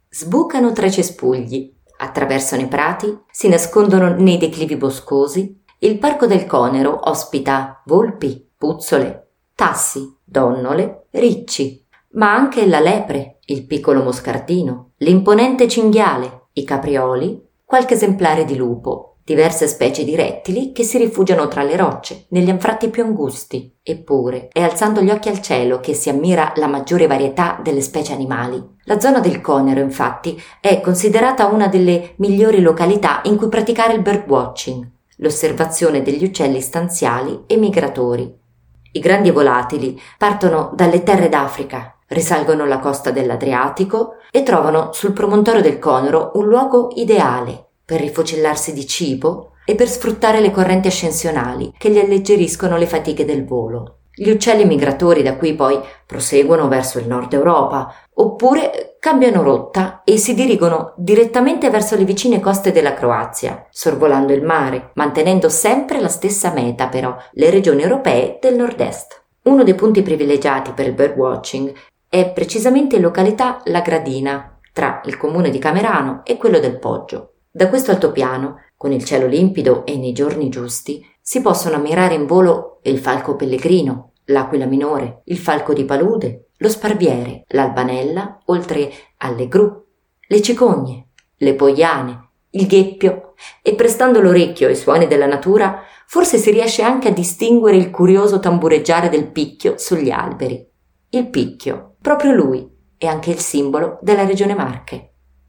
sbucano tra i cespugli, attraversano i prati, si nascondono nei declivi boscosi. Il Parco del Conero ospita volpi, puzzole, tassi, donnole, ricci, ma anche la lepre, il piccolo moscardino, l'imponente cinghiale, i caprioli, qualche esemplare di lupo, diverse specie di rettili che si rifugiano tra le rocce, negli anfratti più angusti. Eppure è alzando gli occhi al cielo che si ammira la maggiore varietà delle specie animali. La zona del Conero, infatti, è considerata una delle migliori località in cui praticare il birdwatching, l'osservazione degli uccelli stanziali e migratori. I grandi volatili partono dalle terre d'Africa, risalgono la costa dell'Adriatico e trovano sul promontorio del Conero un luogo ideale per rifocillarsi di cibo e per sfruttare le correnti ascensionali che gli alleggeriscono le fatiche del volo. Gli uccelli migratori da qui poi proseguono verso il nord Europa, oppure cambiano rotta e si dirigono direttamente verso le vicine coste della Croazia, sorvolando il mare, mantenendo sempre la stessa meta però, le regioni europee del nord-est. Uno dei punti privilegiati per il birdwatching è precisamente in località La Gradina, tra il comune di Camerano e quello del Poggio. Da questo altopiano, con il cielo limpido e nei giorni giusti, si possono ammirare in volo il falco pellegrino, l'aquila minore, il falco di palude, lo sparviere, l'albanella, oltre alle gru, le cicogne, le poiane, il gheppio, e prestando l'orecchio ai suoni della natura, forse si riesce anche a distinguere il curioso tambureggiare del picchio sugli alberi. Il picchio, proprio lui, è anche il simbolo della regione Marche.